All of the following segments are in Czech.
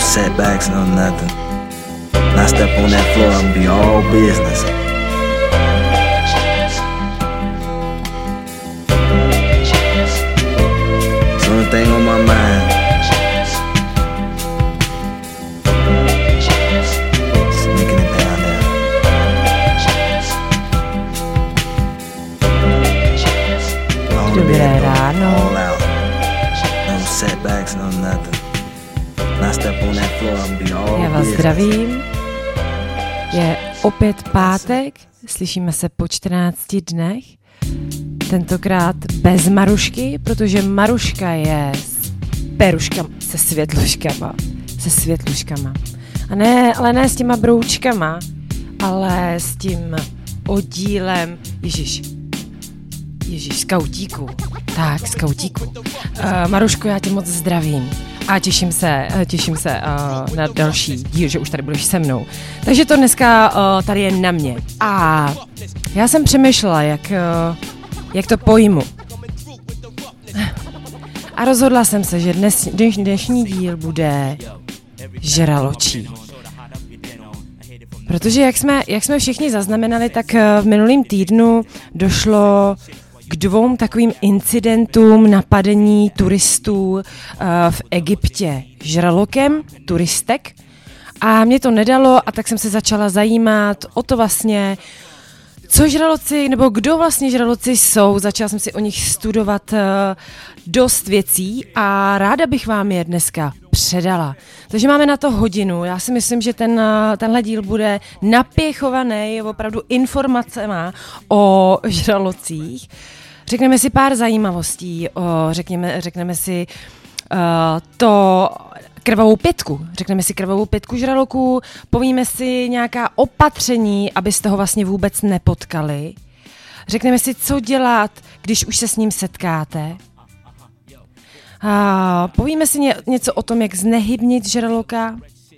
setbacks, no nothing. When I step on that floor, I'ma be all business. It's the only thing on my mind. Just making it down there. I wanna be able to go all out. No setbacks, no nothing. When I step on that floor, I'ma be all Já vás business. zdravím. Je opět pátek, slyšíme se po 14 dnech. Tentokrát bez Marušky, protože Maruška je s peruškama, se světluškama. A ne, ale ne s těma broučkama, ale s tím oddílem, Ježíš, skautíku. Tak, skautíku. Maruško, já tě moc zdravím. A těším se na další díl, že už tady budeš se mnou. Takže to dneska tady je na mě. A já jsem přemýšlela, jak to pojmu. A rozhodla jsem se, že dnešní díl bude žraločí. Protože jak jsme všichni zaznamenali, tak v minulém týdnu došlo k 2 takovým incidentům napadení turistů v Egyptě žralokem, turistek. A mě to nedalo a tak jsem se začala zajímat o to vlastně, co žraloci, nebo kdo vlastně žraloci jsou. Začala jsem si o nich studovat dost věcí a ráda bych vám je dneska předala. Takže máme na to hodinu. Já si myslím, že tenhle díl bude napěchovaný opravdu informacema o žralocích. Řekneme si pár zajímavostí, řekneme si to krvavou pětku žraloků, povíme si nějaká opatření, abyste ho vlastně vůbec nepotkali. Řekneme si, co dělat, když už se s ním setkáte. Povíme si něco o tom, jak znehybnit žraloka.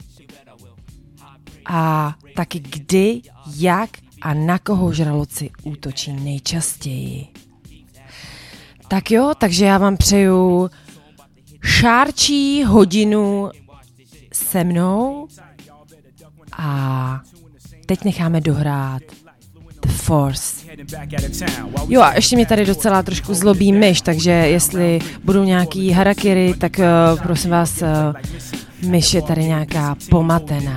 A taky kdy, jak a na koho žraloci útočí nejčastěji. Tak jo, takže já vám přeju šárčí hodinu se mnou a teď necháme dohrát The Force. Jo a ještě mě tady docela trošku zlobí myš, takže jestli budou nějaký harakiri, tak prosím vás, myš je tady nějaká pomatená.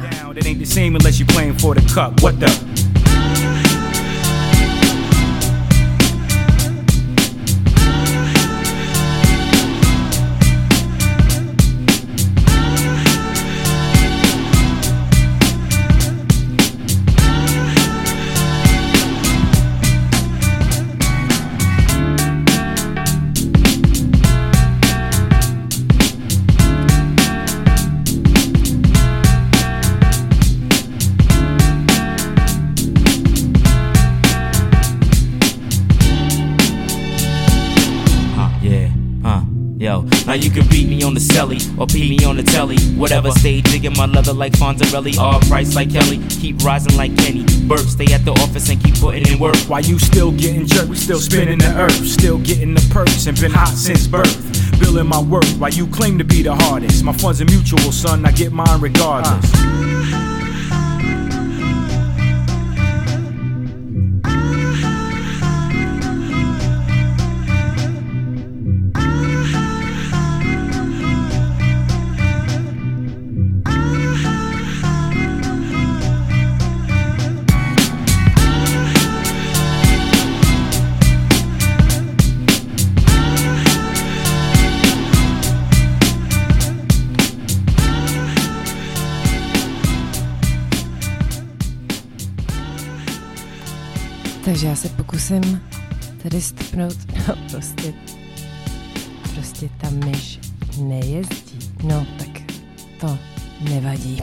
Now you can beat me on the celly or beat me on the telly. Whatever stage, digging my leather like Fonzarelli. All price like Kelly, keep rising like Kenny. Burke, stay at the office and keep putting in work. While you still getting jerked, we still spinning the earth. Still getting the perks and been hot since birth. Billing my worth while you claim to be the hardest. My funds are mutual, son, I get mine regardless. Takže já se pokusím tady stupnout, no prostě ta myš nejezdí, no tak to nevadí.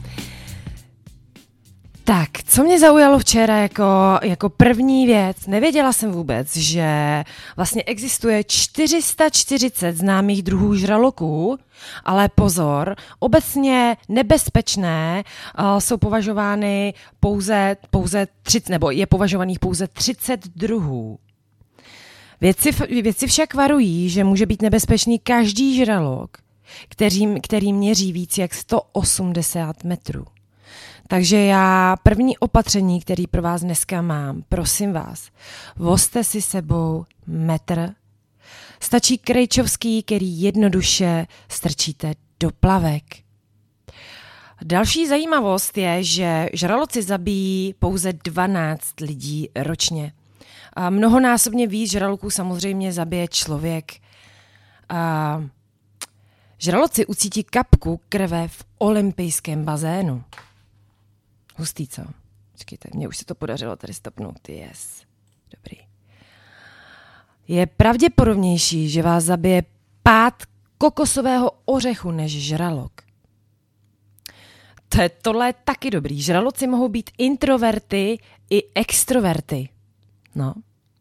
Tak, co mě zaujalo včera jako první věc, nevěděla jsem vůbec, že vlastně existuje 440 známých druhů žraloků, ale pozor, obecně nebezpečné jsou považovány pouze 30, nebo je považovaných pouze 30 druhů. Vědci však varují, že může být nebezpečný každý žralok, který měří víc jak 180 metrů. Takže já první opatření, který pro vás dneska mám, prosím vás, vozte si sebou metr. Stačí krejčovský, který jednoduše strčíte do plavek. Další zajímavost je, že žraloci zabíjí pouze 12 lidí ročně. A mnohonásobně víc žraloků samozřejmě zabije člověk. A žraloci ucítí kapku krve v olympijském bazénu. Hustý, co? Počkejte, mně už se to podařilo tady stopnout. Yes. Dobrý. Je pravděpodobnější, že vás zabije pád kokosového ořechu než žralok. Tohle je taky dobrý. Žraloci mohou být introverty i extroverty. No.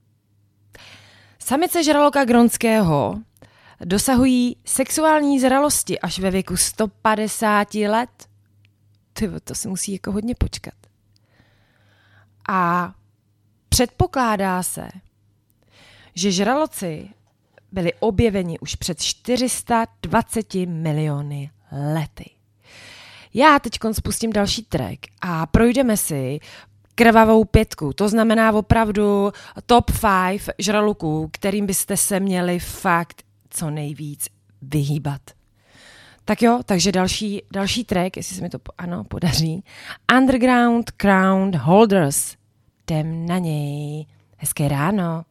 Samice žraloka gronského dosahují sexuální zralosti až ve věku 150 let. To se musí jako hodně počkat. A předpokládá se, že žraloci byli objeveni už před 420 miliony lety. Já teď spustím další track a projdeme si krvavou 5. To znamená opravdu top 5 žraloků, kterým byste se měli fakt co nejvíc vyhýbat. Tak jo, takže další track, jestli se mi to podaří. Underground Crown Holders. Jdem na něj. Hezké ráno.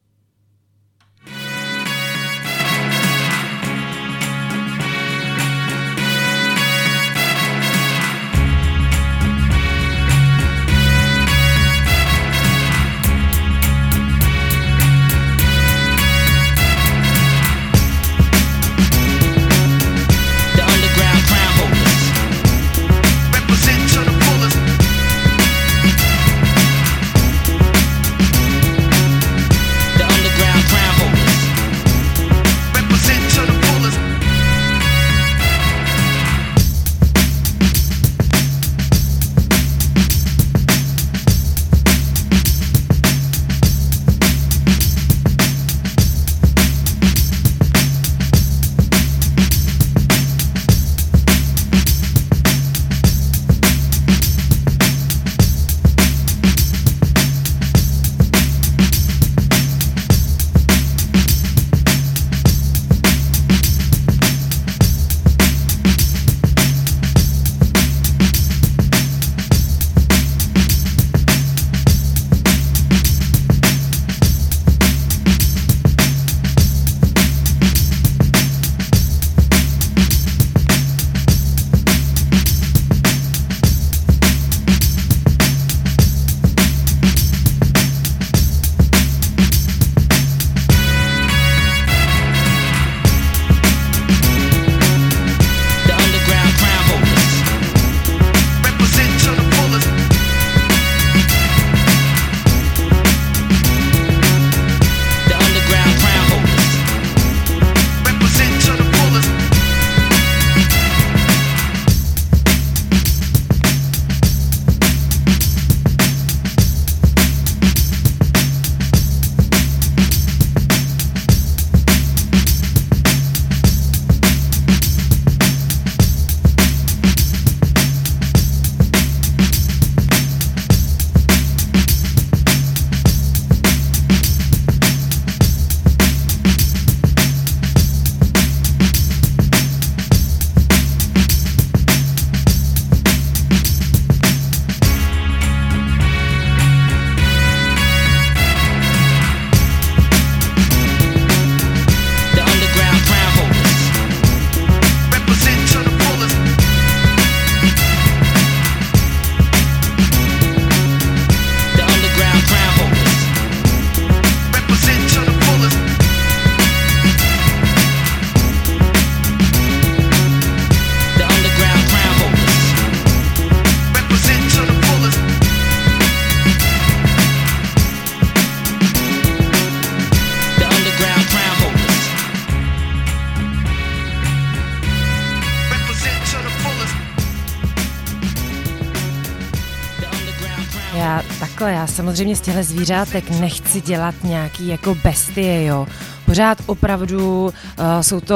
Já samozřejmě z těchto zvířátek nechci dělat nějaký jako bestie, jo. Pořád opravdu jsou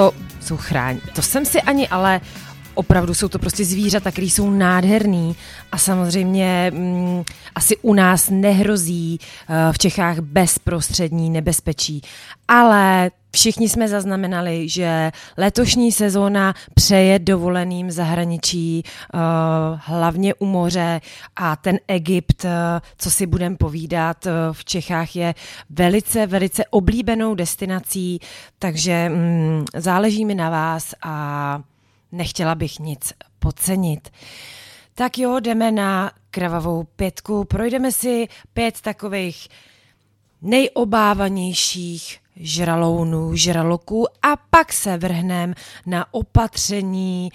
jsou chráněni. To jsem si ani, ale opravdu jsou to prostě zvířata, které jsou nádherný a samozřejmě asi u nás nehrozí v Čechách bezprostřední nebezpečí. Ale všichni jsme zaznamenali, že letošní sezóna přeje dovoleným zahraničí, hlavně u moře, a ten Egypt, co si budeme povídat, v Čechách je velice, velice oblíbenou destinací, takže záleží mi na vás a nechtěla bych nic podcenit. Tak jo, jdeme na krvavou 5. Projdeme si 5 takových nejobávanějších žraloků a pak se vrhneme na opatření,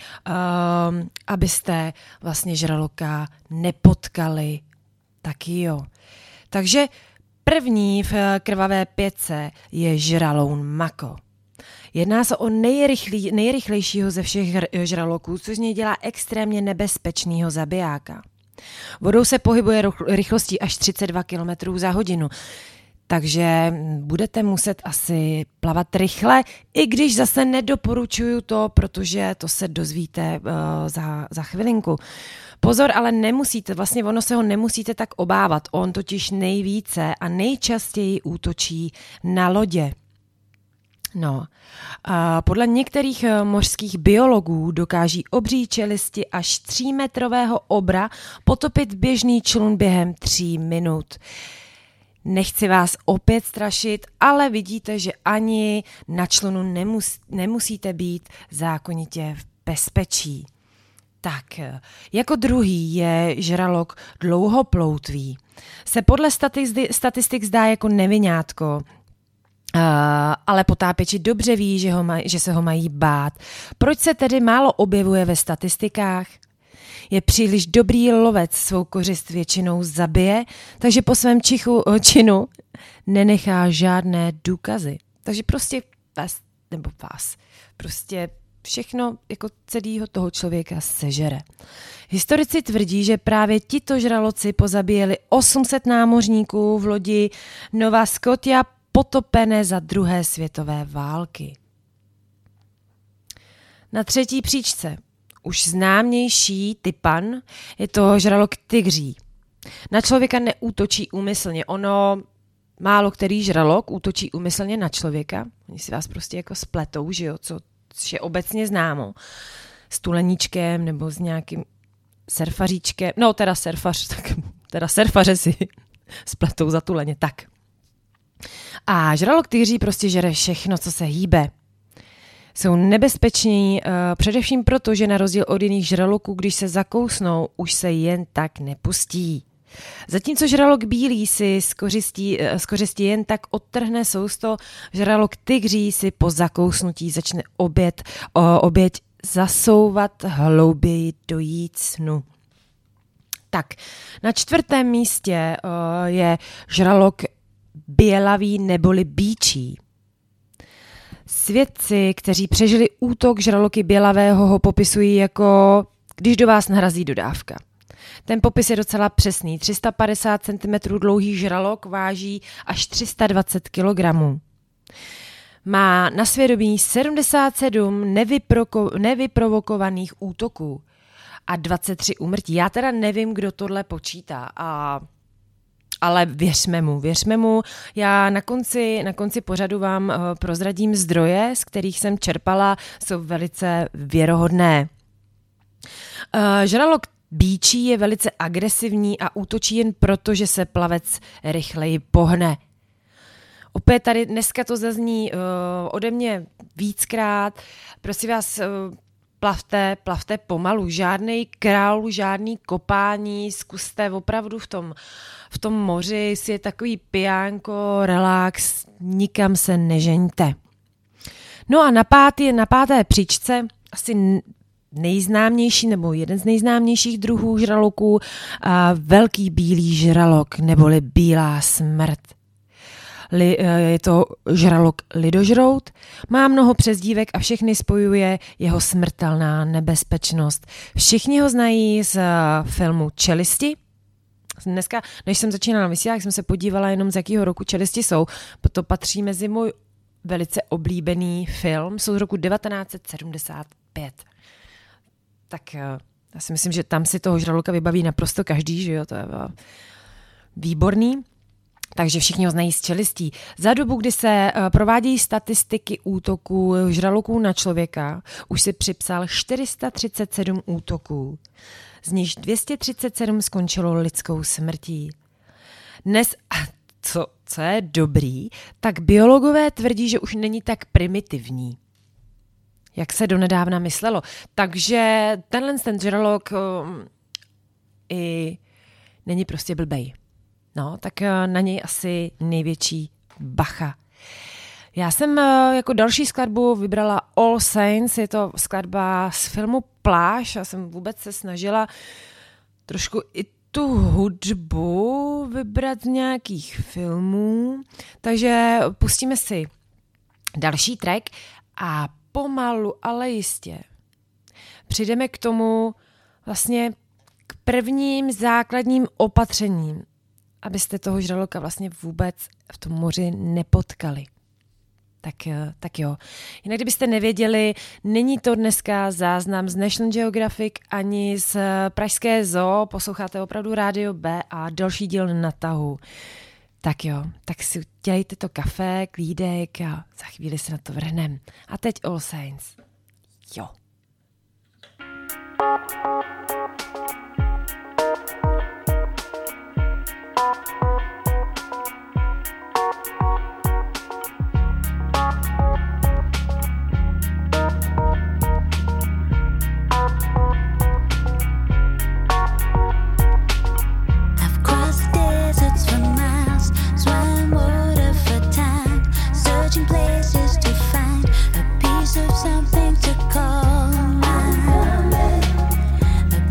abyste vlastně žraloka nepotkali. Taky jo. Takže první v krvavé 5 je žraloun mako. Jedná se o nejrychlejšího ze všech žraloků, což z něj dělá extrémně nebezpečného zabijáka. Vodou se pohybuje rychlostí až 32 km za hodinu, takže budete muset asi plavat rychle, i když zase nedoporučuju to, protože to se dozvíte za chvilinku. Pozor, ale nemusíte, vlastně ono se ho nemusíte tak obávat, on totiž nejvíce a nejčastěji útočí na lodě. No, podle některých mořských biologů dokáží obří čelisti až 3metrového obra potopit běžný člun během 3 minut. Nechci vás opět strašit, ale vidíte, že ani na člunu nemusíte být zákonitě v bezpečí. Tak, jako druhý je žralok dlouhoploutvý. Se podle statistik zdá jako nevinátko, ale potápěči dobře ví, že se ho mají bát. Proč se tedy málo objevuje ve statistikách? Je příliš dobrý lovec, svou kořist většinou zabije, takže po svém činu nenechá žádné důkazy. Takže prostě vás prostě všechno jako celého toho člověka sežere. Historici tvrdí, že právě tito žraloci pozabíjeli 800 námořníků v lodi Nova Scotia potopené za 2. světové války. Na 3. příčce, už známější typan, je to žralok tygří. Na člověka neútočí úmyslně. Málo který žralok útočí úmyslně na člověka. Oni si vás prostě jako spletou, že jo, což je obecně známo. S tuleníčkem nebo s nějakým surfaříčkem. No, teda surfaře si spletou za tuleně. Tak. A žralok tygří prostě žere všechno, co se hýbe. Jsou nebezpeční především proto, že na rozdíl od jiných žraloků, když se zakousnou, už se jen tak nepustí. Zatímco žralok bílý si z kořistí jen tak odtrhne sousto, žralok tygří si po zakousnutí začne oběť zasouvat hlouběji do jícnu. Tak, na 4. místě je žralok bělavý neboli býčí. Svědci, kteří přežili útok žraloky bělavého, ho popisují jako když do vás narazí dodávka. Ten popis je docela přesný. 350 cm dlouhý žralok váží až 320 kg. Má na svědomí 77 nevyprovokovaných útoků a 23 úmrtí. Já teda nevím, kdo tohle počítá, ale věřme mu. Já na konci pořadu vám prozradím zdroje, z kterých jsem čerpala, jsou velice věrohodné. Žralok býčí je velice agresivní a útočí jen proto, že se plavec rychleji pohne. Opět tady dneska to zazní ode mě víckrát. Prosím vás, plavte pomalu. Žádnej král, žádný kopání, zkuste opravdu v tom moři si je takový pijánko, relax, nikam se nežeňte. No a na 5. příčce asi nejznámější nebo jeden z nejznámějších druhů žraloků, velký bílý žralok neboli bílá smrt. Je to žralok lidožrout, má mnoho přezdívek a všechny spojuje jeho smrtelná nebezpečnost. Všichni ho znají z filmu Čelisti. Dneska, než jsem začínala vysílat, jsem se podívala jenom z jakého roku Čelisti jsou, to patří mezi můj velice oblíbený film, jsou z roku 1975. Tak já si myslím, že tam si toho žraloka vybaví naprosto každý, že jo, to je výborný. Takže všichni ho znají z Čelistí. Za dobu, kdy se provádějí statistiky útoků žraloků na člověka, už si připsal 437 útoků. Z nichž 237 skončilo lidskou smrtí. Dnes, co je dobrý, tak biologové tvrdí, že už není tak primitivní, jak se donedávna myslelo. Takže ten žralok i není prostě blbej. No, tak na něj asi největší bacha. Já jsem jako další skladbu vybrala All Saints, je to skladba z filmu Pláž. Já jsem vůbec se snažila trošku i tu hudbu vybrat z nějakých filmů, takže pustíme si další track a pomalu, ale jistě přijdeme k tomu vlastně k prvním základním opatřením, abyste toho žraloka vlastně vůbec v tom moři nepotkali. Tak jo. Jinak kdybyste nevěděli, není to dneska záznam z National Geographic ani z Pražské zoo, posloucháte opravdu Rádio B a další díl Na tahu. Tak jo, tak si dělejte to kafe, klídek a za chvíli se na to vrhneme. A teď All Saints. Jo. Something to call mine.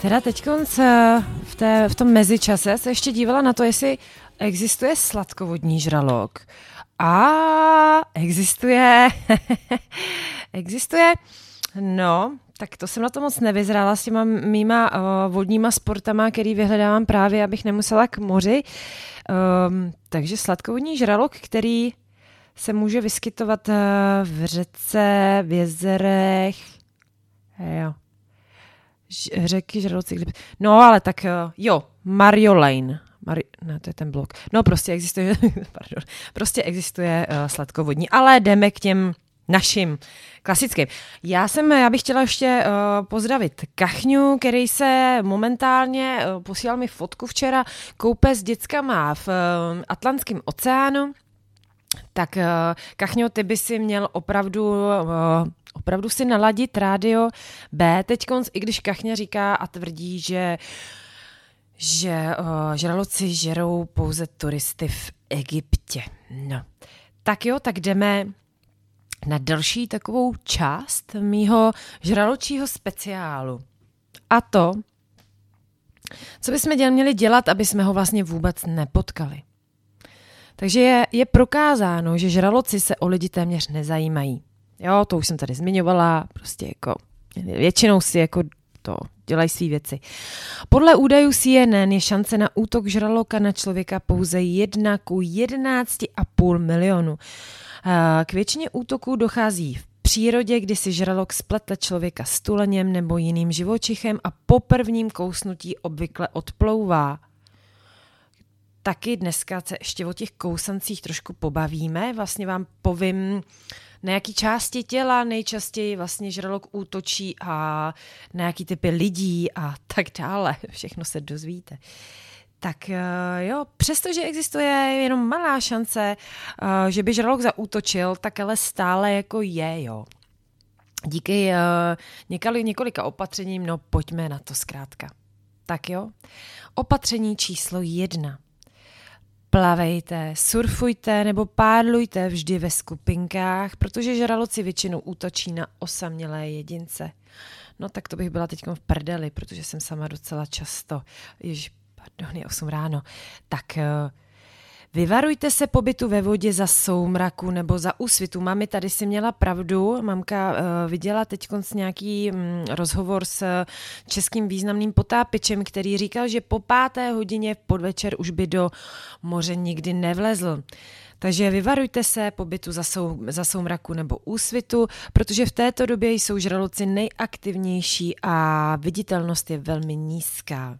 Teda teďkonc v tom mezičase se ještě dívala na to, jestli existuje sladkovodní žralok. A existuje. No, tak to jsem na to moc nevyzrála s těma mýma vodníma sportama, který vyhledávám právě, abych nemusela k moři. Takže sladkovodní žralok, který se může vyskytovat v řece, v jezerech, jo. Řeky, žraloci. No, ale tak jo, Mariolane. Ne, to je ten blok. No, prostě existuje sladkovodní, ale jdeme k těm našim klasickým. Já bych chtěla ještě pozdravit Kachňu, který se momentálně posílal mi fotku včera, koupe s dětskama v Atlantském oceánu. Tak Kachňo, ty by si měl opravdu si naladit rádio B. Teďkonc, i když Kachňa říká a tvrdí, že žraloci žerou pouze turisty v Egyptě. No. Tak jo, tak jdeme na další takovou část mýho žraločího speciálu. A to, co bychom měli dělat, aby jsme ho vlastně vůbec nepotkali. Takže je prokázáno, že žraloci se o lidi téměř nezajímají. Jo, to už jsem tady zmiňovala, prostě jako většinou si jako to dělají svý věci. Podle údajů CNN je šance na útok žraloka na člověka pouze 1 ku 11,5 milionu. K většině útoků dochází v přírodě, kdy si žralok splete člověka s tuleněm nebo jiným živočichem a po prvním kousnutí obvykle odplouvá. Taky dneska se ještě o těch kousancích trošku pobavíme. Vlastně vám povím, na jaký části těla nejčastěji vlastně žralok útočí a na jaký typy lidí a tak dále. Všechno se dozvíte. Tak jo, přestože existuje jenom malá šance, že by žralok zaútočil, tak ale stále jako je, jo. Díky několika opatřením, no pojďme na to zkrátka. Tak jo, opatření číslo 1. Plavejte, surfujte nebo pádlujte vždy ve skupinkách, protože žraloci většinou útočí na osamělé jedince. No tak to bych byla teď v prdeli, protože jsem sama docela často, je 8 ráno. Tak vyvarujte se pobytu ve vodě za soumraku nebo za úsvitu. Mami tady si měla pravdu, mamka viděla teď nějaký rozhovor s českým významným potápěčem, který říkal, že po 5. hodině v podvečer už by do moře nikdy nevlezl. Takže vyvarujte se pobytu za soumraku nebo úsvitu, protože v této době jsou žraloci nejaktivnější a viditelnost je velmi nízká.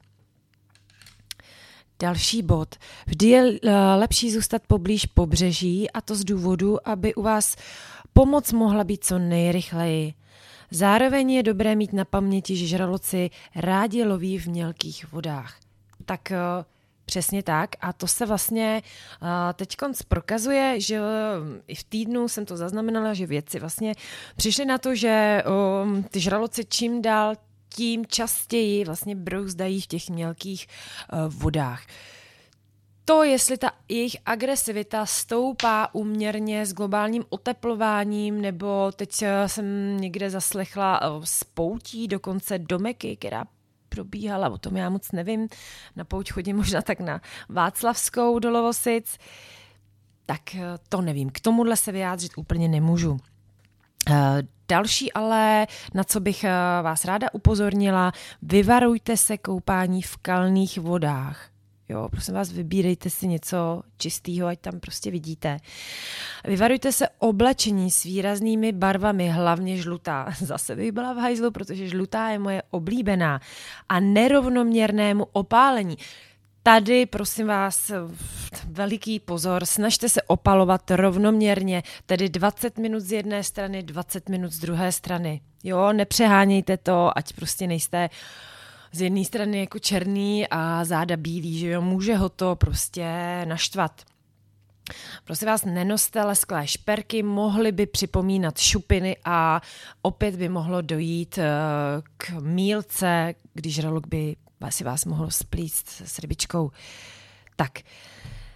Další bod. Vždy je lepší zůstat poblíž pobřeží a to z důvodu, aby u vás pomoc mohla být co nejrychleji. Zároveň je dobré mít na paměti, že žraloci rádi loví v mělkých vodách. Tak přesně tak a to se vlastně teďkonc prokazuje, že i v týdnu jsem to zaznamenala, že vědci vlastně přišli na to, že ty žraloci čím dál tím častěji vlastně brouzdají v těch mělkých vodách. To, jestli ta jejich agresivita stoupá úměrně s globálním oteplováním, nebo teď jsem někde zaslechla spoutí, dokonce do Meky, která probíhala, o tom já moc nevím, na pouť chodím možná tak na Václavskou do Lovosic, tak to nevím, k tomuhle se vyjádřit úplně nemůžu. Další ale, na co bych vás ráda upozornila, vyvarujte se koupání v kalných vodách. Jo, prosím vás, vybírejte si něco čistého, ať tam prostě vidíte. Vyvarujte se oblečení s výraznými barvami, hlavně žlutá. Zase bych byla v hajzlu, protože žlutá je moje oblíbená. A nerovnoměrnému opálení. Tady, prosím vás, veliký pozor, snažte se opalovat rovnoměrně, tedy 20 minut z jedné strany, 20 minut z druhé strany. Jo, nepřehánějte to, ať prostě nejste z jedné strany jako černý a záda bílý, že jo, může ho to prostě naštvat. Prosím vás, nenoste lesklé šperky, mohly by připomínat šupiny a opět by mohlo dojít k mýlce, když žralok by si vás mohl splíst s rybičkou. Tak,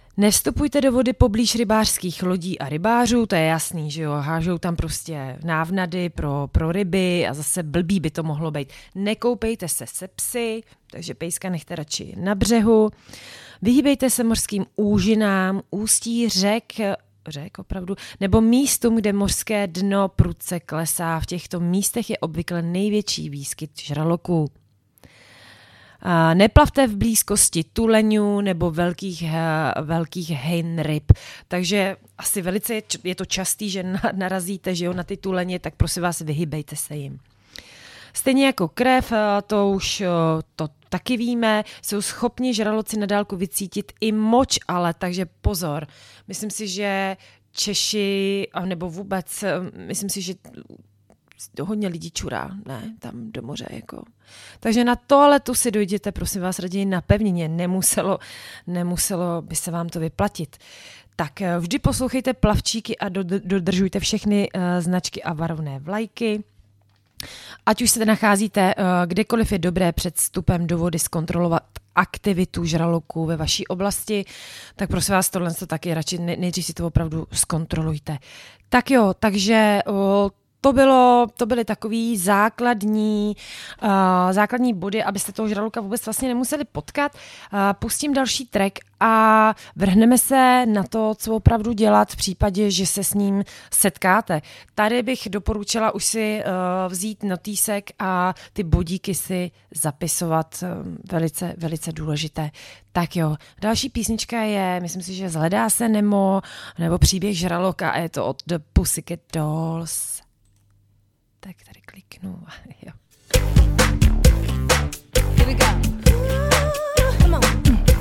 Nevstupujte do vody poblíž rybářských lodí a rybářů, to je jasný, že jo, hážou tam prostě návnady pro ryby a zase blbý by to mohlo být. Nekoupejte se psy, takže pejska nechte radši na břehu. Vyhýbejte se mořským úžinám, ústí řek opravdu, nebo místům, kde mořské dno prudce klesá. V těchto místech je obvykle největší výskyt žraloků. Neplavte v blízkosti tuleňů nebo velkých hejn ryb. Takže asi velice je to častý, že narazíte, že jo, na ty tuleně, tak prosím vás, vyhybejte se jim. Stejně jako krev, to už to taky víme, jsou schopni žraloci na dálku vycítit i moč, ale takže pozor. Myslím si, že Češi, nebo vůbec, myslím si, že hodně lidí čurá, ne, tam do moře, jako. Takže na toaletu si dojděte, prosím vás, raději na pevnině, nemuselo by se vám to vyplatit. Tak vždy poslouchejte plavčíky a dodržujte všechny značky a varovné vlajky. Ať už se nacházíte kdekoliv, je dobré před vstupem do vody zkontrolovat aktivitu žraloků ve vaší oblasti, tak prosím vás, tohle to taky radši nejdřív si to opravdu zkontrolujte. Tak jo, takže to byly takový základní body, abyste toho žraloka vůbec vlastně nemuseli potkat. Pustím další track a vrhneme se na to, co opravdu dělat v případě, že se s ním setkáte. Tady bych doporučila už si vzít notýsek a ty bodíky si zapisovat, velice, velice důležité. Tak jo, další písnička je, myslím si, že Zhledá se Nemo, nebo Příběh žraloka a je to od The Pussycat Dolls. Tak tady kliknu. Jo. Here we go. Come on.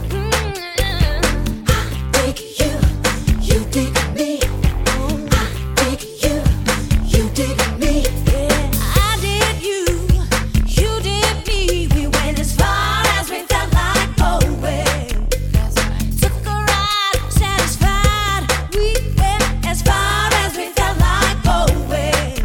I dig you dig me. I dig you dig me. I did you did me. We went as far as we felt like going. Took a ride, satisfied. We went as far as we felt like going.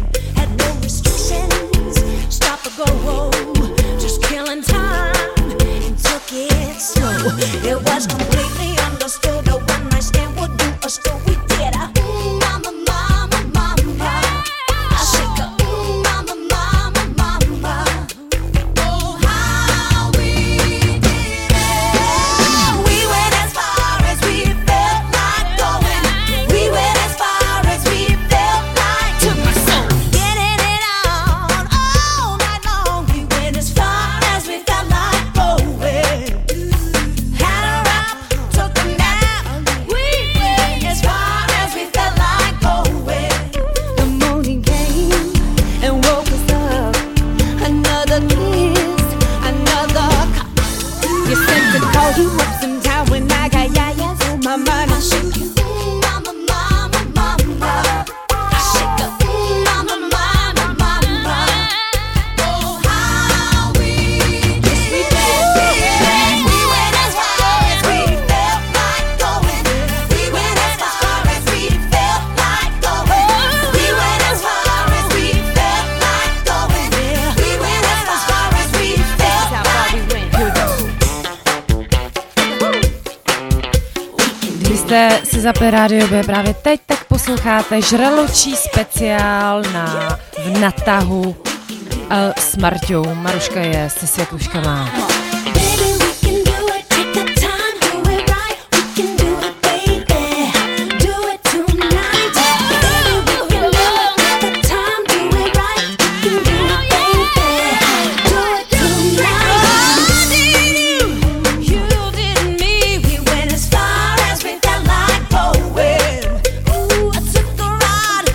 Stop or go, just killing time and took it slow. It was completely understood that one night stand would do us good. We did a mama, mama, mama. I shake a mama, mama, mama. Oh, how we did it. We went as far as we felt like going. We went as far as we felt like took my soul. Getting it on all night long. We went as far as we felt like going. Had a wrap, took a nap. We went as far as we felt like going. The morning came and woke us up. Another kiss, another cup. You said to call you up sometime when I got yes on my mind. I shake you, mama, mama, mama. I shake the mama, mama, mama. Oh, how we did it. We went as far as we felt like going. We went as far as we felt like going. We went as far as we felt like going. We went as far as we felt like going. Když jste si zapli rádio B právě teď, tak posloucháte žraločí speciál v natahu s Marťou. Maruška je se světluškama. Baby, we can do it. Take the time, do it right. We can do it, baby. Do it tonight. Baby, we can do it. Take the time, do it right. We can do it, baby. Do it tonight. I did you did me. We went as far as we felt like going. Ooh, I took a ride,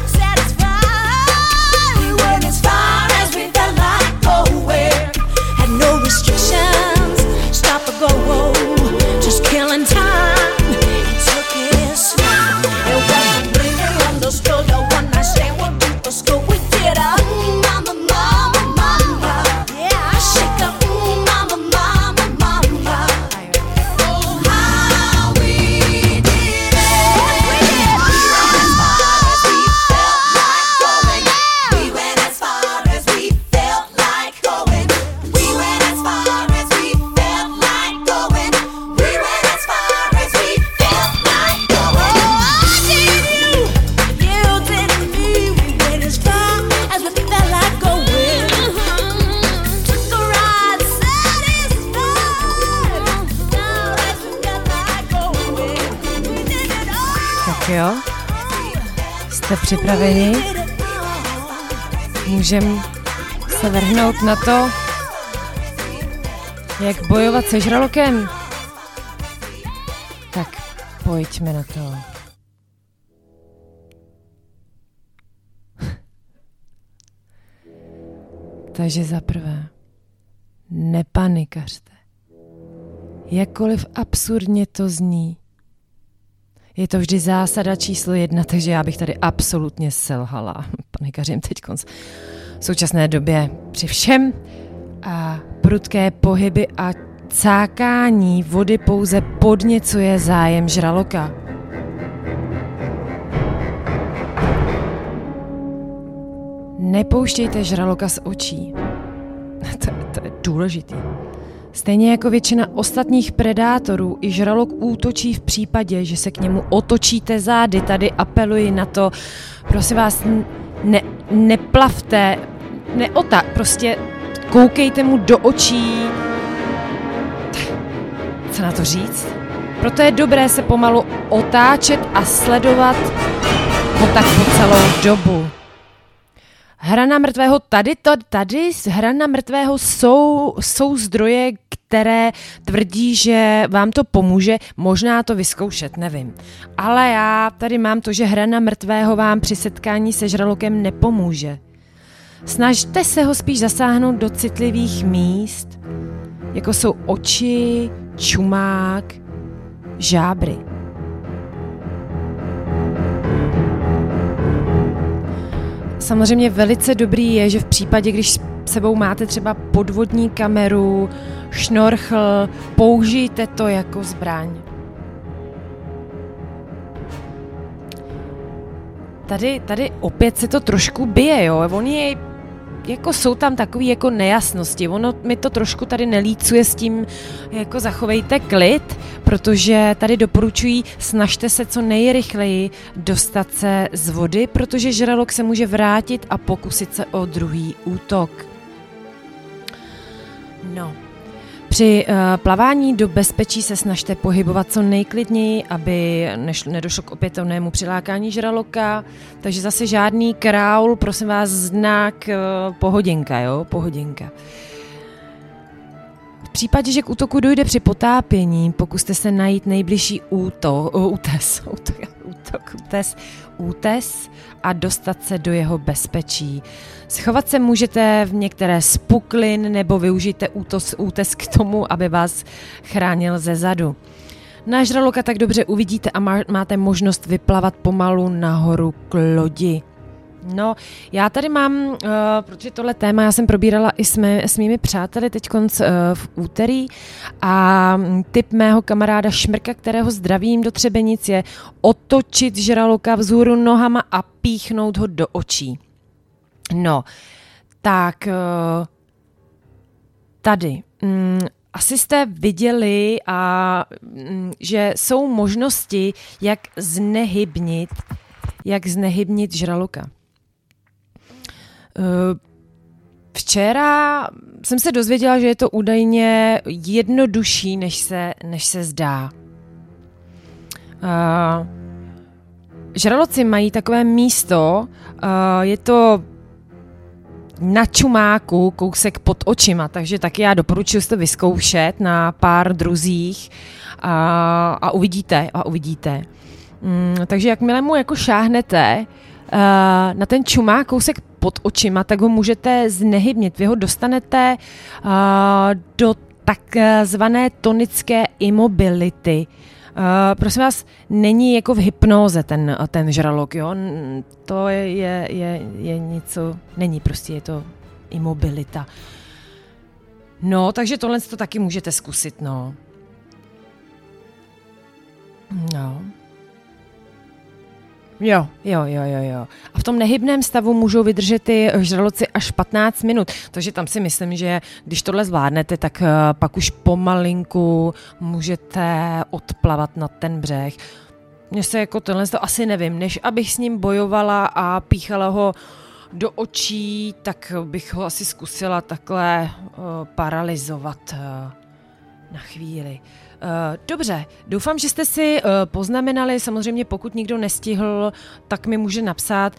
satisfied. We went as far as we felt like going. Had no restrictions. jo? Jste připraveni? Můžeme se vrhnout na to, jak bojovat se žralokem? Tak pojďme na to. Takže za prvé, nepanikařte. Jakkoliv absurdně to zní. Je to vždy zásada číslo 1, takže já bych tady absolutně selhala. Panikařím teď v současné době při všem. A prudké pohyby a cákání vody pouze podněcuje zájem žraloka. Nepouštějte žraloka z očí. To je důležitý. Stejně jako většina ostatních predátorů, i žralok útočí v případě, že se k němu otočíte zády. Tady apeluji na to, prosím vás, neplavte, prostě koukejte mu do očí. Co na to říct? Proto je dobré se pomalu otáčet a sledovat ho tak po celou dobu. Hra na mrtvého tady hra na mrtvého jsou zdroje, které tvrdí, že vám to pomůže, možná to vyzkoušet, nevím. Ale já tady mám to, že hra na mrtvého vám při setkání se žralokem nepomůže. Snažte se ho spíš zasáhnout do citlivých míst, jako jsou oči, čumák, žábry. Samozřejmě velice dobrý je, že v případě, když s sebou máte třeba podvodní kameru, šnorchl, použijte to jako zbraň. Tady opět se to trošku bije, jo. Jako jsou tam takové jako nejasnosti. Ono mi to trošku tady nelícuje s tím, jako zachovejte klid, protože tady doporučují, snažte se co nejrychleji dostat se z vody, protože žralok se může vrátit a pokusit se o druhý útok. No. Při plavání do bezpečí se snažte pohybovat co nejklidněji, aby nedošlo k opětovnému přilákání žraloka. Takže zase žádný kraul, prosím vás, znak pohodinka, jo? Pohodinka. V případě, že k útoku dojde při potápění, pokuste se najít nejbližší útes a dostat se do jeho bezpečí. Schovat se můžete v některé z puklin nebo využijte útes k tomu, aby vás chránil ze zadu. Na žraloka tak dobře uvidíte a máte možnost vyplavat pomalu nahoru k lodi. No, já tady mám, protože tohle téma já jsem probírala i s mými přáteli teďkonc v úterý a tip mého kamaráda Šmrka, kterého zdravím do Třebenic, je otočit žraloka vzhůru nohama a píchnout ho do očí. No, tak tady. Asi jste viděli, že jsou možnosti, jak znehybnit žraloka. Včera jsem se dozvěděla, že je to údajně jednodušší, než se zdá. Žraloci mají takové místo, je to na čumáku, kousek pod očima, takže taky já doporučuji si to vyzkoušet na pár druzích a uvidíte. Takže jakmile mu jako šáhnete na ten čumák kousek pod očima, tak ho můžete znehybnit. Vy ho dostanete do takzvané tonické imobility. Prosím vás, není jako v hypnóze ten žralok, jo? To je něco, není prostě, je to imobilita. No, takže tohle to taky můžete zkusit, no. No. Jo. A v tom nehybném stavu můžou vydržet ty žraloci až 15 minut. Takže tam si myslím, že když tohle zvládnete, tak pak už pomalinku můžete odplavat na ten břeh. Mně se jako tohle to asi nevím, než abych s ním bojovala a píchala ho do očí, tak bych ho asi zkusila takhle paralyzovat na chvíli. Dobře, doufám, že jste si poznamenali, samozřejmě pokud nikdo nestihl, tak mi může napsat,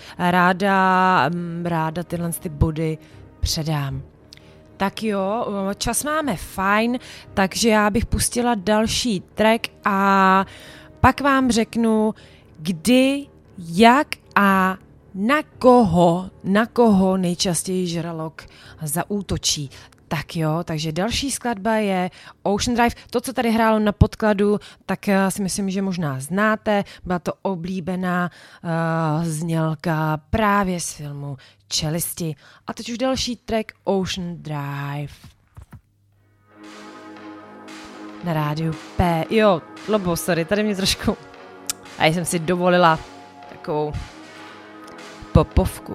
ráda tyhle ty body předám. Tak jo, čas máme fajn, takže já bych pustila další track a pak vám řeknu, kdy, jak a na koho nejčastěji žralok zaútočí. Tak jo, takže další skladba je Ocean Drive. To, co tady hrálo na podkladu, tak si myslím, že možná znáte. Byla to oblíbená znělka právě z filmu Čelisti. A teď už další track Ocean Drive. Na rádiu P. Jo, Lobo, sorry, tady mě trošku... A jsem si dovolila takovou popovku.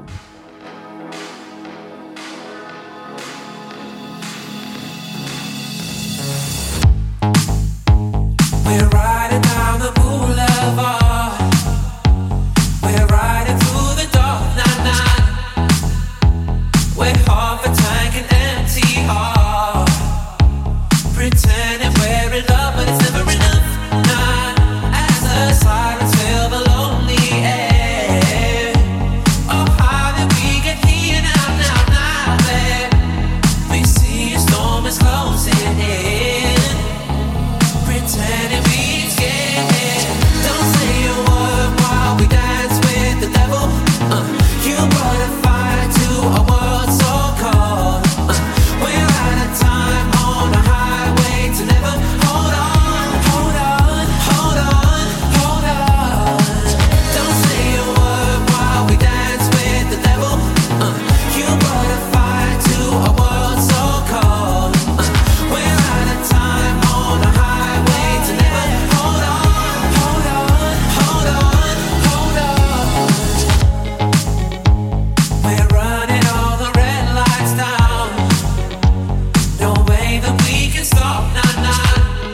We're riding down the boulevard. We're riding through the dark night. We're half a tank and empty heart. Pretending we're in love, but it's never enough. Nah, as the sirens fill the lonely air. Oh, how did we get here now, babe? We see a storm is closing in. Pretending we scared. Don't say a word while we dance with the devil. You brought a fire to a world so cold. We're out of time on a highway to never. Hold on, hold on, hold on, hold on. Don't say a word while we dance with the devil. You brought a fire to a world so cold. We're out of time on a highway to never. Hold on, hold on, hold on, hold on. We're running all the red lights down. No way that we can stop, nah.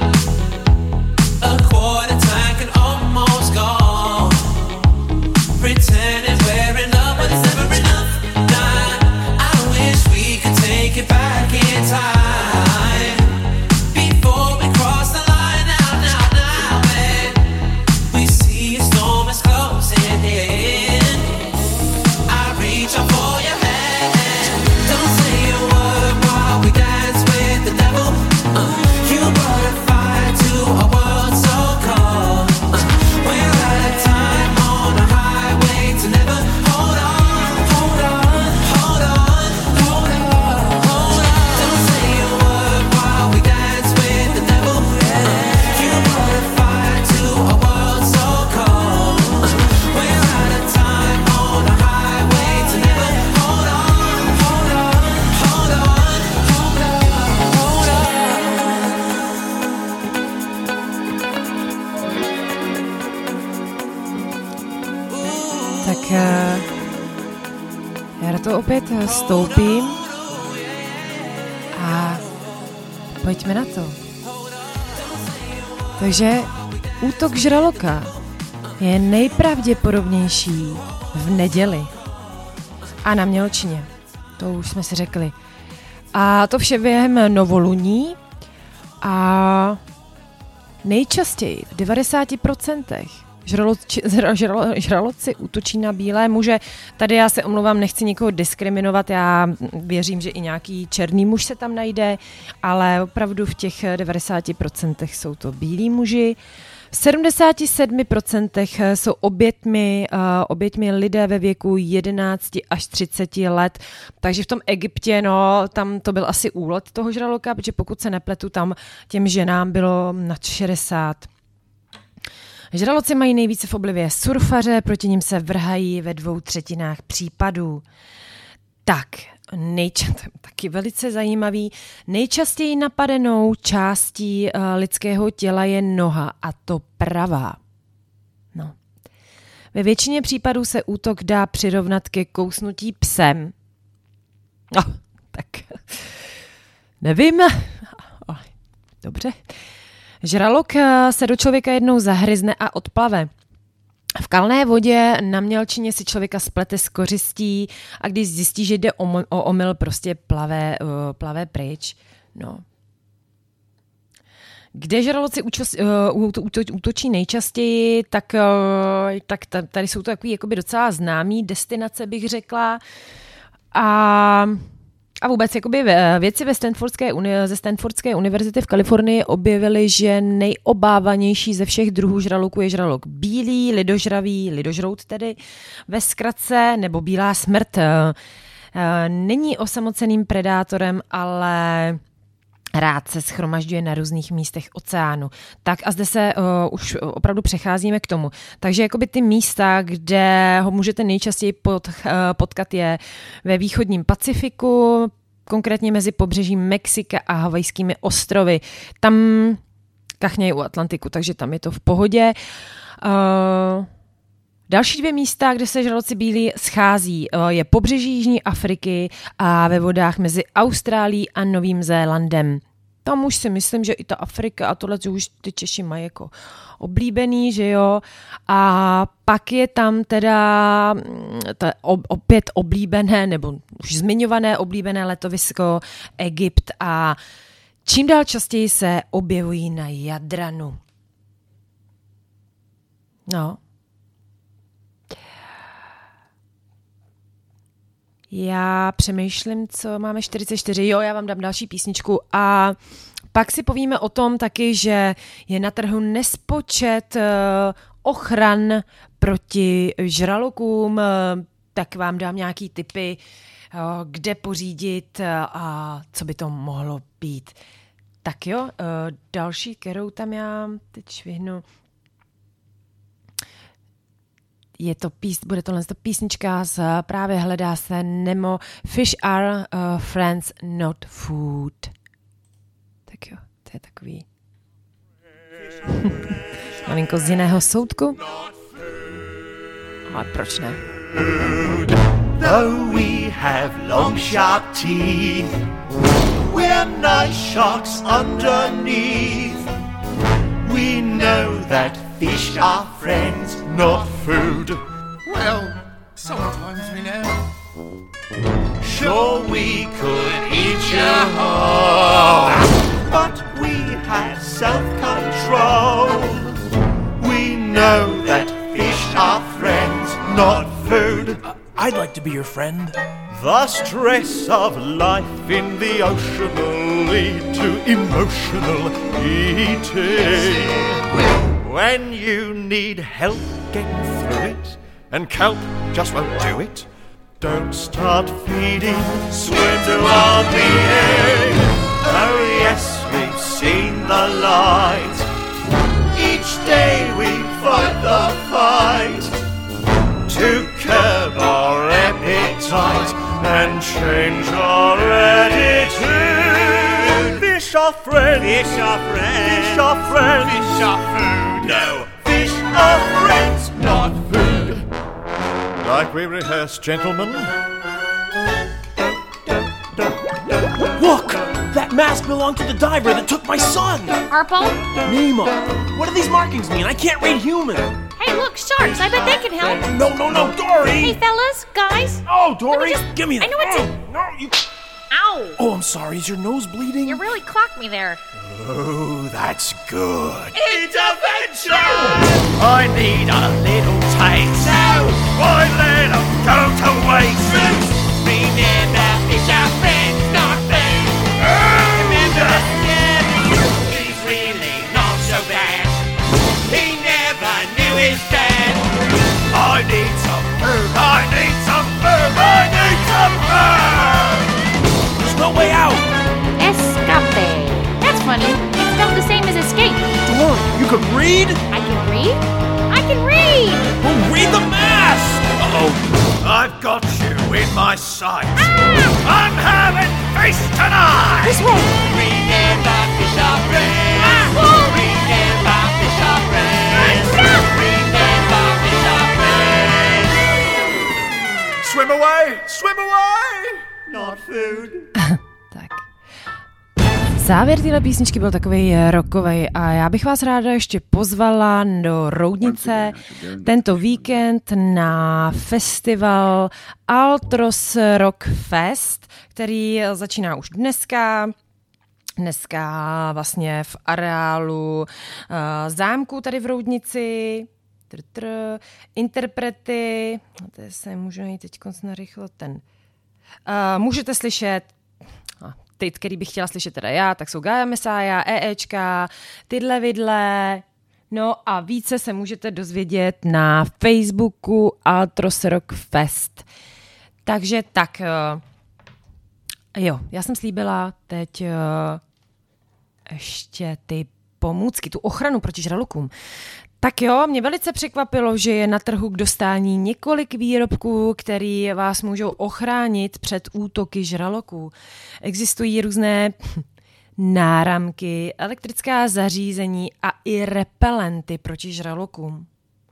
A quarter tank and almost gone. Pretending we're in love, but it's never enough, nah. I wish we could take it back in time. Before we cross the line, now, babe. We see a storm is closing in. I reach out for your hand. Don't say a word while we dance with the devil. You brought a fire to a world so cold. We're out of time on a highway to never. Hold on, hold on, hold on, hold on, hold on. Don't say a word while we dance with the devil. You brought a fire to a world so cold. We're out of time on a highway to never. Hold on, hold on, hold on, hold on, hold on. Tak já do toho opět vstoupím a pojďme na to. Takže útok žraloka je nejpravděpodobnější v neděli a na Mělčině. To už jsme si řekli. A to vše během novoluní a nejčastěji v 90% žraloci útočí na bílé muže. Tady já se omlouvám, nechci nikoho diskriminovat, já věřím, že i nějaký černý muž se tam najde, ale opravdu v těch 90% jsou to bílí muži. V 77% jsou oběťmi lidé ve věku 11 až 30 let, takže v tom Egyptě, no, tam to byl asi úlet toho žraloka, protože pokud se nepletu, tam těm ženám bylo nad 60. Žraloci mají nejvíce v oblibě surfaře, proti nim se vrhají ve 2/3 případů. Tak, taky velice zajímavý, nejčastěji napadenou částí lidského těla je noha, a to pravá. No. Ve většině případů se útok dá přirovnat ke kousnutí psem. No, tak nevím. Dobře. Žralok se do člověka jednou zahryzne a odplave. V kalné vodě na Mělčině si člověka splete s kořistí a když zjistí, že jde o omyl, prostě plave pryč. No. Kde žraloci útočí nejčastěji, tak tady jsou to takový jakoby docela známý destinace, bych řekla. A vůbec jakoby vědci ze Stanfordské univerzity v Kalifornii objevili, že nejobávanější ze všech druhů žraloků je žralok bílý, lidožrout tedy, ve zkratce, nebo bílá smrt. Není osamoceným predátorem, ale rád se shromažďuje na různých místech oceánu. Tak a zde se už opravdu přecházíme k tomu. Takže jakoby ty místa, kde ho můžete nejčastěji potkat, je ve východním Pacifiku, konkrétně mezi pobřežím Mexika a Havajskými ostrovy. Tam kachnějí u Atlantiku, takže tam je to v pohodě. Další 2 místa, kde se žraloci bílí schází, je pobřeží Jižní Afriky a ve vodách mezi Austrálií a Novým Zélandem. Tam už si myslím, že i ta Afrika a tohle, už ty Češi mají jako oblíbený, že jo. A pak je tam teda opět oblíbené, nebo už zmiňované oblíbené letovisko Egypt a čím dál častěji se objevují na Jadranu. No. Já přemýšlím, co máme 44. Jo, já vám dám další písničku a pak si povíme o tom taky, že je na trhu nespočet ochran proti žralokům, tak vám dám nějaký tipy, kde pořídit a co by to mohlo být. Tak jo, další, kterou tam já teď švihnu. Bude to písnička právě hledá se Nemo. Fish are friends, not food. Tak jo, to je takový malinko z jiného soudku. Ale proč ne? Though we have long sharp teeth, we're nice sharks underneath. We know that fish are friends, not food. Well, sometimes we know. Sure, we could eat you whole, but we have self-control. We know that fish are friends, not food. I'd like to be your friend. The stress of life in the ocean will lead to emotional eating. When you need help getting through it, and kelp just won't do it, don't start feeding, swim to our meeting. Oh yes, we've seen the light. Each day we fight the fight to curb our appetite and change our attitude. Fish are friends. Fish are friends. Fish are friends. Fish are food. No. Fish are friends, not food. Like we rehearsed, gentlemen. Look! That mask belonged to the diver that took my son! Harpo? Nemo! What do these markings mean? I can't read human! Hey, look, sharks! I bet they can help! No, Dory! Hey, fellas, guys! Oh, Dory! Give me that! I know it's No, you... Ow! Oh, I'm sorry. Is your nose bleeding? You really clocked me there. Oh, that's good. Intervention! I need a little taste. No! Why let them go to waste? Remember, fish are friends, not food. Remember, he's really not so bad. He never knew his dad. I need some food. I need some food. I need some food. There's no way out. Escape. That's funny. It's spelled the same as escape. Dory, you can read? I can read? I can read! Well, read the mask! Uh-oh. I've got you in my sight. Ah! I'm having feast tonight. This way! Remember, fish are friends. Ah! Remember, fish are friends. Stop! Remember, fish are friends. Swim away! Swim away! Not food. Tak. Závěr téhle písničky byl takovej rockovej a já bych vás ráda ještě pozvala do Roudnice tento víkend na festival Altros Rock Fest, který začíná už dneska. dneska vlastně v areálu zámku tady v Roudnici. Interprety, to se můžu najít teď narychlo ten. Můžete slyšet, ty, který bych chtěla slyšet teda já, tak jsou Gaia Messiah, EEčka, tyhle vidle. No a více se můžete dozvědět na Facebooku Altros Rock Fest. Takže tak, jo, já jsem slíbila teď ještě ty pomůcky, tu ochranu proti žralokům. Tak jo, mě velice překvapilo, že je na trhu k dostání několik výrobků, které vás můžou ochránit před útoky žraloků. Existují různé náramky, elektrická zařízení a i repelenty proti žralokům.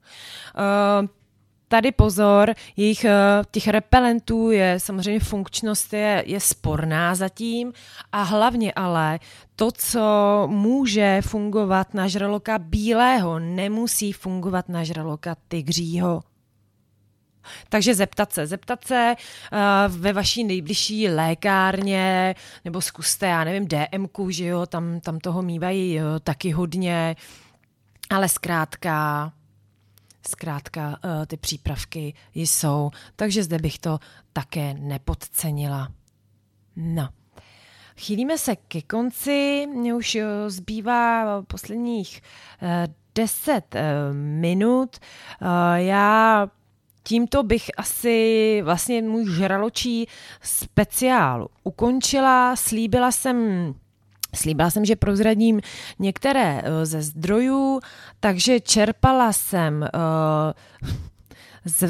Tady pozor, těch repelentů je samozřejmě funkčnost je sporná zatím a hlavně ale to, co může fungovat na žraloka bílého, nemusí fungovat na žraloka tygřího. Takže zeptat se ve vaší nejbližší lékárně, nebo zkuste, já nevím, DMku, že jo, tam toho mývají taky hodně, ale zkrátka ty přípravky jsou, takže zde bych to také nepodcenila. No, chýlíme se ke konci, mně už zbývá posledních 10 minut. Já tímto bych asi vlastně můj žraločí speciál ukončila. Slíbila jsem, že prozradím některé ze zdrojů, takže čerpala jsem z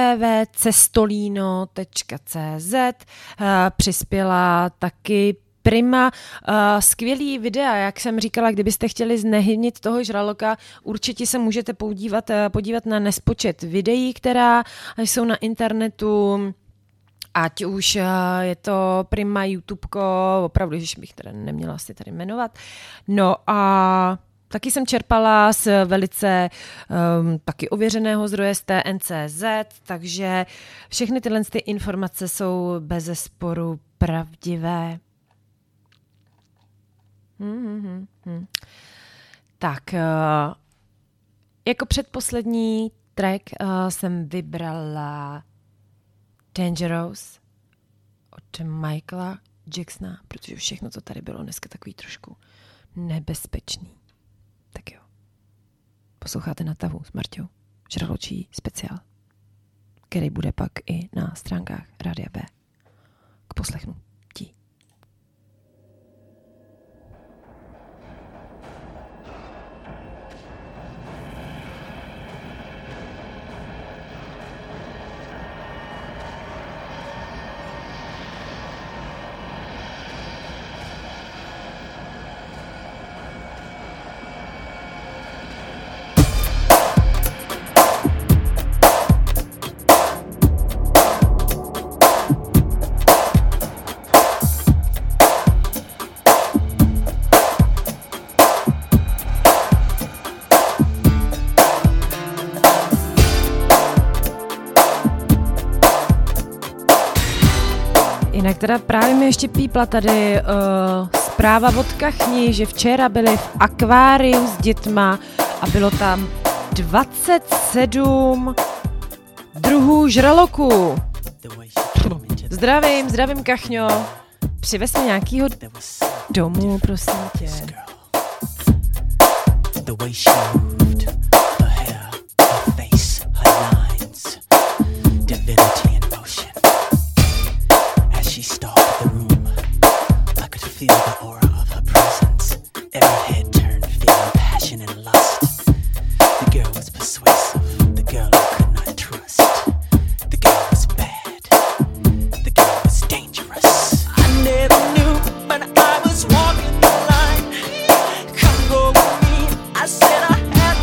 www.cestolino.cz, přispěla taky Prima, skvělý videa, jak jsem říkala, kdybyste chtěli znehybnit toho žraloka, určitě se můžete podívat na nespočet videí, která jsou na internetu, ať už je to Prima, YouTubeko, opravdu, že bych teda neměla asi tady jmenovat. No a taky jsem čerpala z velice taky ověřeného zdroje z TNCZ, takže všechny tyhle informace jsou bezesporu pravdivé. Tak, jako předposlední track jsem vybrala Dangerous od Michaela Jacksona, protože všechno, co tady bylo dneska, takový trošku nebezpečný. Tak jo, posloucháte Na tahu s Marťou, žraločí speciál, který bude pak i na stránkách Rádia B. K poslechnu. Jinak teda právě mi ještě pípla tady zpráva od Kachni, že včera byli v akváriu s dětma a bylo tam 27 druhů žraloků. Zdravím Kachňo. Přivez mi nějakýho domů, prosím tě. Feel the aura of her presence. Every head turned, feeling passion and lust. The girl was persuasive, the girl I could not trust. The girl was bad, the girl was dangerous. I never knew when I was walking the line. Come go with me, I said I had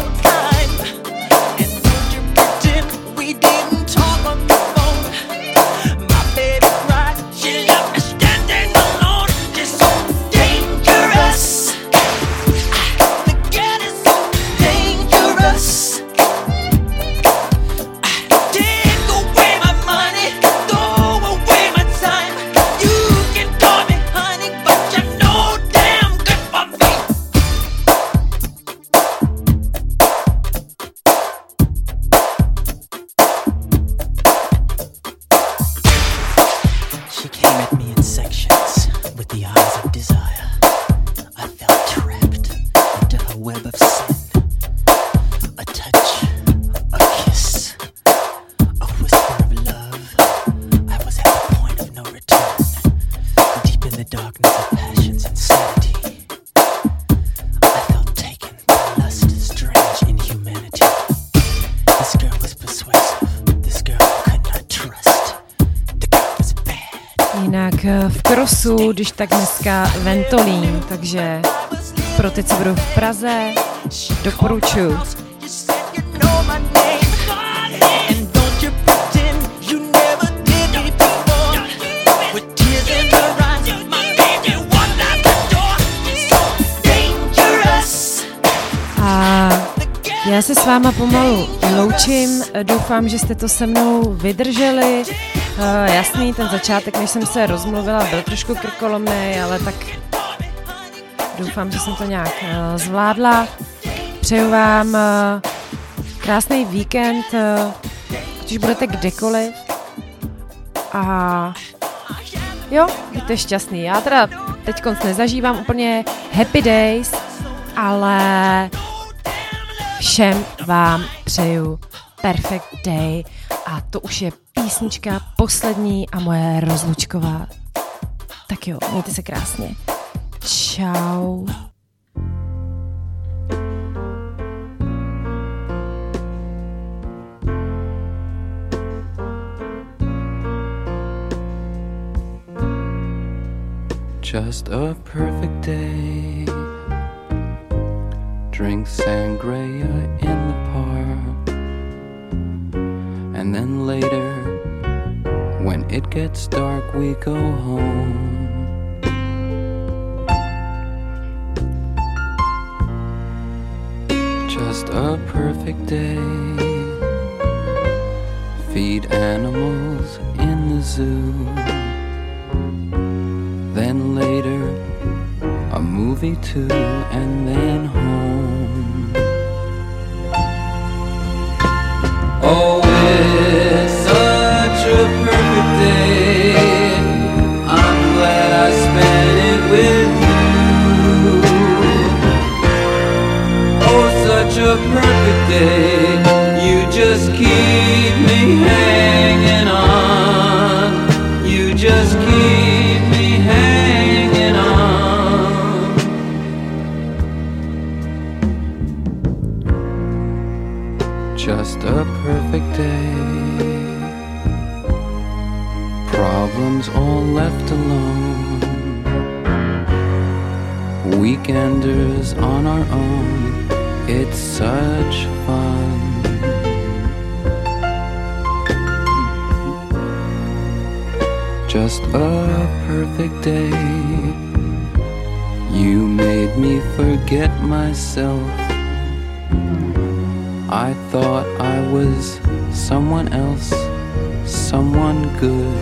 web of sin. A touch, a kiss, a whisper of love. I was at the point of no return, deep in the darkness of passion's insanity. I felt taken by lust, strange inhumanity. This girl was persuasive, this girl I could not trust. The girl was bad. Jinak v Krosu, když tak dneska Ventolín, takže pro ty, co budou v Praze, doporučuji. A já se s váma pomalu loučím, doufám, že jste to se mnou vydrželi. Jasný, ten začátek, než jsem se rozmluvila, byl trošku krkolomný, ale tak doufám, že jsem to nějak zvládla. Přeju vám krásný víkend, když budete kdekoliv. A jo, buďte šťastný. Já teda teď nezažívám úplně happy days, ale všem vám přeju perfect day. A to už je písnička poslední a moje rozlučková. Tak jo, mějte se krásně. Čau. Just a perfect day. Drink sangria in the park. And then later, when it gets dark, we go home. Just a perfect day. Feed animals in the zoo. Then later, a movie too, and then home. Oh, it's such a perfect day. I'm glad I spent it with you. Oh, such a perfect day. You just keep me hanging on. You just keep me hanging on. Just a perfect day. Problems all left alone. Weekenders on our own. It's such fun. Just a perfect day. You made me forget myself. I thought I was someone else, someone good.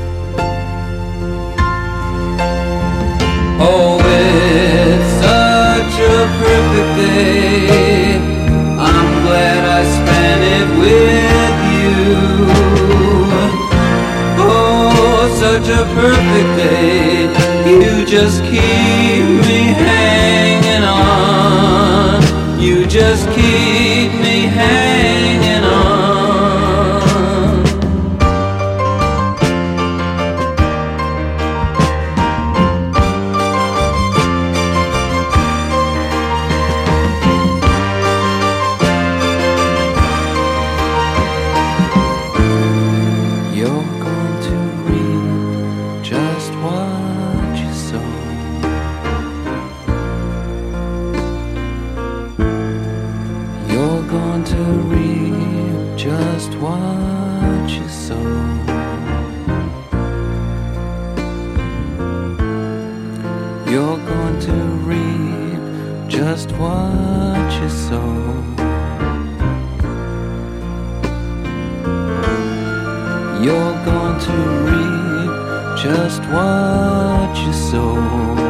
Oh, it's such a perfect day. I'm glad I spent it with you. Oh, such a perfect day. You just keep me hanging on. You just keep me hanging on. Just what you sow. You're going to reap just what you sow.